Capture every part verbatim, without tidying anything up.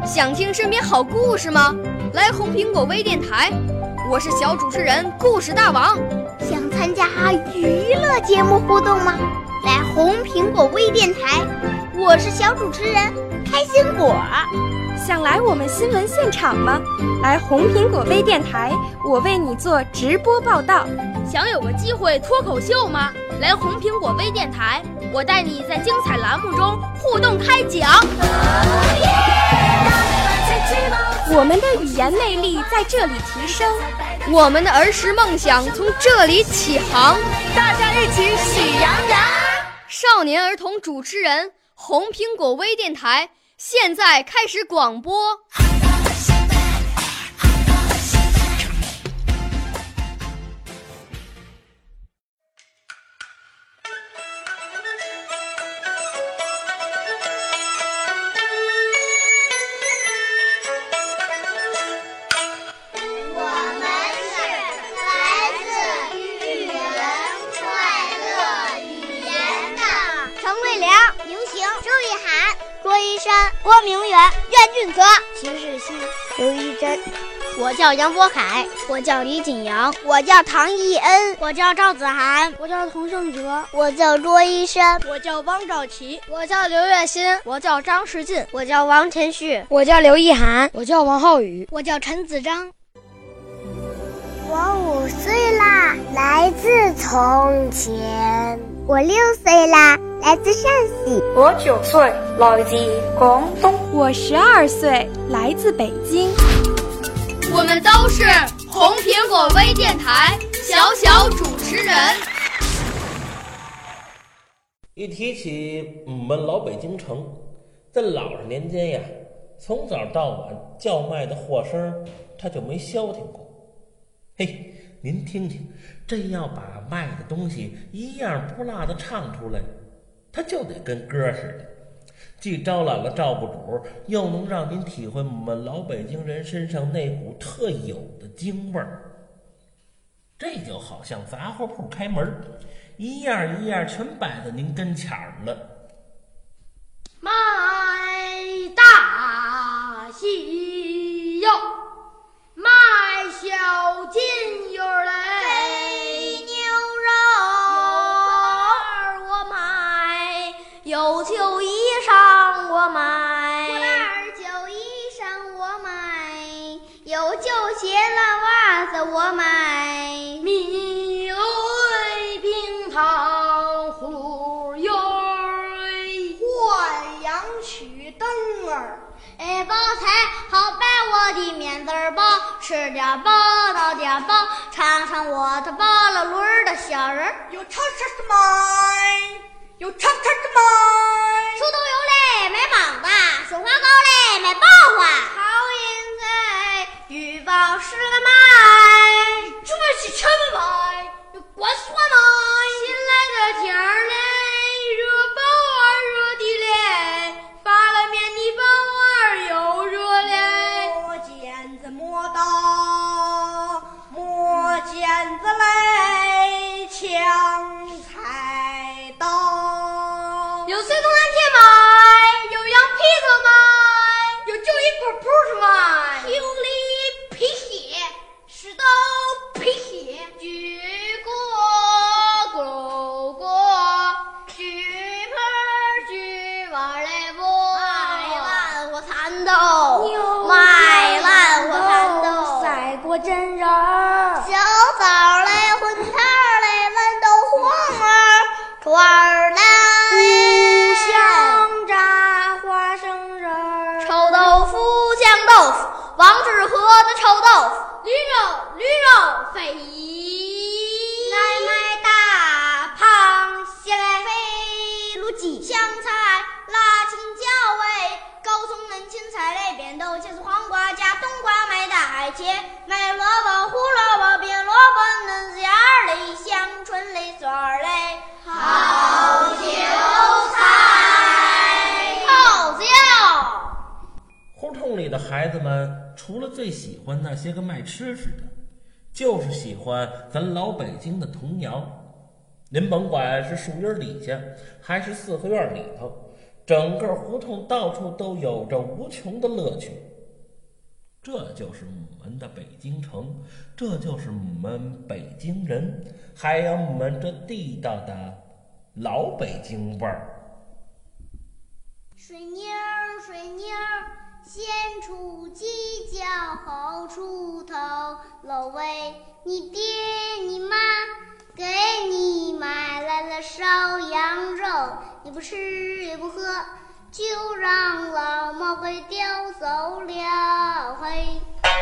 想听身边好故事吗？来红苹果微电台，我是小主持人故事大王。 想参加娱乐节目互动吗？来红苹果微电台，我是小主持人开心果。 想来我们新闻现场吗？来红苹果微电台，我为你做直播报道。 想有个机会脱口秀吗？来红苹果微电台，我带你在精彩栏目中互动开讲。 我们的语言魅力在这里提升， 我们的儿时梦想从这里起航。 大家一起喜洋洋。 少年儿童主持人，红苹果微电台现在开始广播。 卓一山、郭明远、苑俊泽、秦世新、刘一真。 我叫杨博凯， 我叫李锦阳， 我叫唐艺恩， 我叫赵子涵， 我叫童胜哲， 我叫卓一山， 我叫汪兆奇， 我叫刘月新， 我叫张世进， 我叫王晨旭， 我叫刘一涵， 我叫王浩宇， 我叫陈子章。 我五岁啦，来自从前。 我六岁啦，来自陕西。 我九岁，来自广东。 我十二岁，来自北京。 我们都是红苹果微电台小小主持人。 一提起我们老北京城，在老十年间呀，从早到晚叫卖的货声他就没消停过。嘿，您听听，这要把卖的东西一样不落的唱出来，它就得跟歌似的，既招揽了赵部主，又能让您体会我们老北京人身上那股特有的京味儿。这就好像杂货铺开门，一样一样全摆在您跟前儿了。 卖大西药，卖小金鱼儿嘞， 肥牛肉我买，有旧衣裳我买， 我那旧衣裳我买，有旧鞋了袜子我买， 米味冰糖葫芦油儿， 换羊取灯儿。 哎，包菜好摆我的面子包，吃点饱闹点饱，尝尝我的包了轮儿的小人儿。 有叉叉的买，有叉叉的买， 出头油嘞买膀子，松花糕嘞买爆花，好银子玉宝石了买， 这么是什么买？有关系我买， 新来的天儿嘞，热包啊热的嘞，发了面的包啊又热嘞， 磨剪子磨刀，磨剪子嘞，抢菜刀。 有水桶蓝铁买，有羊皮子买， 有旧衣裤铺子买， 有里皮鞋，石头皮鞋，举锅咕咕，举盆举碗嘞不，卖完我蚕豆，卖完我蚕豆， 赛过真人儿， 小枣嘞，混汤嘞，豌豆黄儿，串儿嘞， 五香炸花生仁儿， 臭豆腐酱豆腐，王致和的臭豆腐，驴肉驴肉肥， 爱买大螃蟹嘞， 肥卤鸡，香菜辣青椒味，高葱嫩青菜嘞，扁豆茄子黄瓜加冬瓜买大海茄，买萝卜胡萝卜别萝卜嫩子芽儿嘞，香椿嘞蒜儿嘞，好韭菜好椒。 胡同里的孩子们除了最喜欢那些个卖吃食的，就是喜欢咱老北京的童谣。您甭管是树荫底下还是四合院里头， 整个胡同到处都有着无穷的乐趣。这就是我们的北京城，这就是我们北京人，还有我们这地道的老北京味儿。 水妞儿，水妞儿，先出犄角后出头。老魏，你爹你妈给你买来了烧羊肉，你不吃也不喝，就让老魔鬼叼走了。嘿，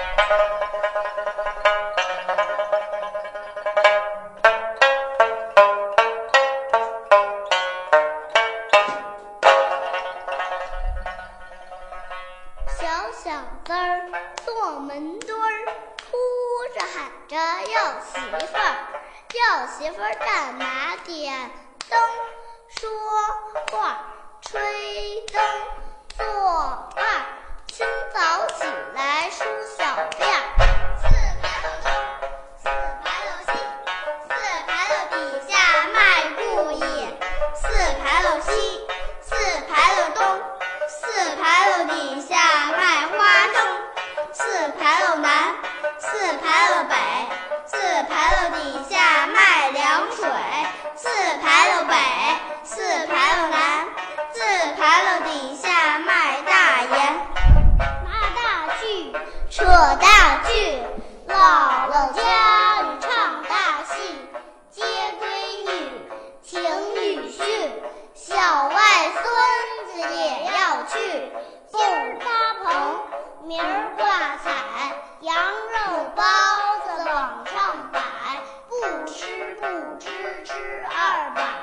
小小子儿坐门墩儿，哭着喊着要媳妇儿，要媳妇儿干嘛点灯说话，吹灯做伴，清早起来梳小辫儿，四牌楼东，四牌楼西，四牌楼底下卖布艺，四牌楼西，四牌楼东，四牌楼底下卖花生，四牌楼南，四牌楼北，四牌楼底下卖凉水，四牌楼北，四牌楼南，四牌楼底下卖大盐。拿大锯，扯大锯，姥姥家里唱大戏，接闺女，请女婿，小外孙子也要去。今儿搭棚，明儿挂彩，羊肉包子往上摆，不吃不吃吃二百。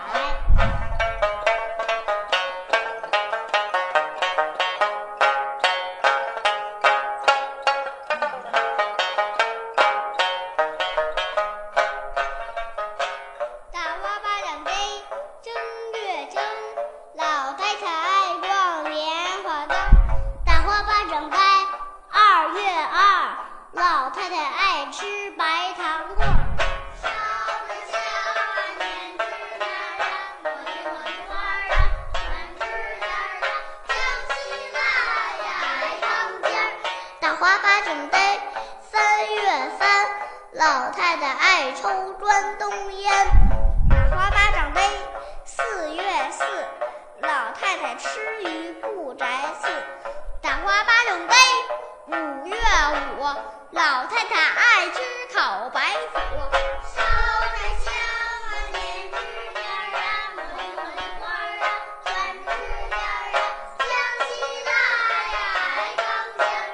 大花巴掌杯，正月正，老太太爱逛莲花灯。大花巴掌杯，二月二，老太太爱吃白糖棍儿。烧的香啊，年吃面啊，我的我的花儿啊，全吃点儿啊，江西辣呀爱当尖儿。大花巴掌杯，三月三，老太太爱抽砖冬烟。大花巴掌杯，四月四，老太太吃鱼不摘刺。大花巴掌杯，五月五，老太太爱吃烤白薯。烧菜香啊，年吃面啊，我的我的花儿啊，全吃点儿啊，江西辣呀爱当尖儿。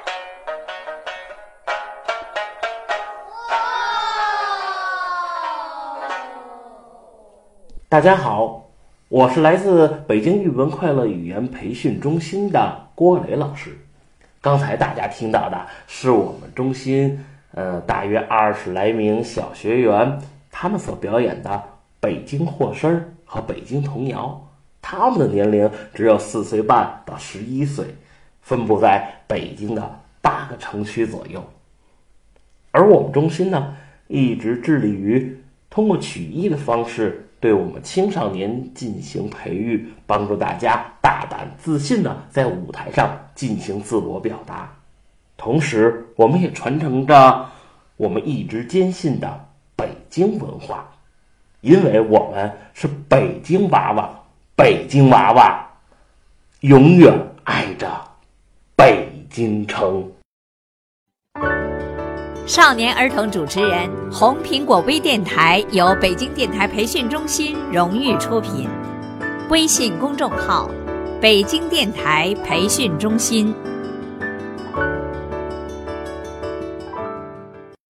大家好，我是来自北京语文快乐语言培训中心的郭磊老师。刚才大家听到的是我们中心呃大约二十来名小学员他们所表演的北京货声儿和北京童谣，他们的年龄只有四岁半到十一岁，分布在北京的八个城区左右。而我们中心呢，一直致力于通过曲艺的方式对我们青少年进行培育，帮助大家大胆自信地在舞台上进行自我表达。同时我们也传承着我们一直坚信的北京文化，因为我们是北京娃娃，北京娃娃永远爱着北京城。 少年儿童主持人，红苹果微电台由北京电台培训中心荣誉出品，微信公众号：北京电台培训中心。